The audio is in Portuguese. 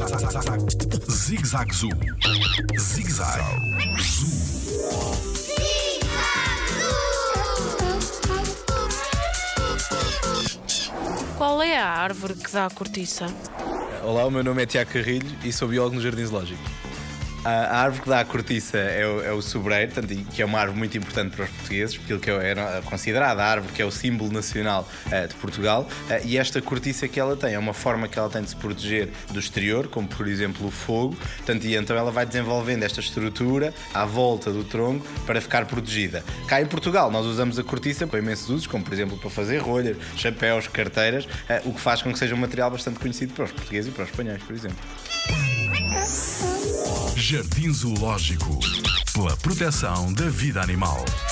Zig-Zag Zoo. Zig-Zag Zoo. Qual é a árvore que dá a cortiça? Olá, o meu nome é Tiago Carrilho e sou biólogo no Jardim Zoológico. A árvore que dá a cortiça é o sobreiro, que é uma árvore muito importante para os portugueses, porque que é considerada a árvore que é o símbolo nacional de Portugal, e esta cortiça que ela tem é uma forma que ela tem de se proteger do exterior, como por exemplo o fogo, e então ela vai desenvolvendo esta estrutura à volta do tronco para ficar protegida. Cá em Portugal nós usamos a cortiça com imensos usos, como por exemplo para fazer rolhas, chapéus, carteiras, o que faz com que seja um material bastante conhecido para os portugueses e para os espanhóis, por exemplo. Jardim Zoológico, pela proteção da vida animal.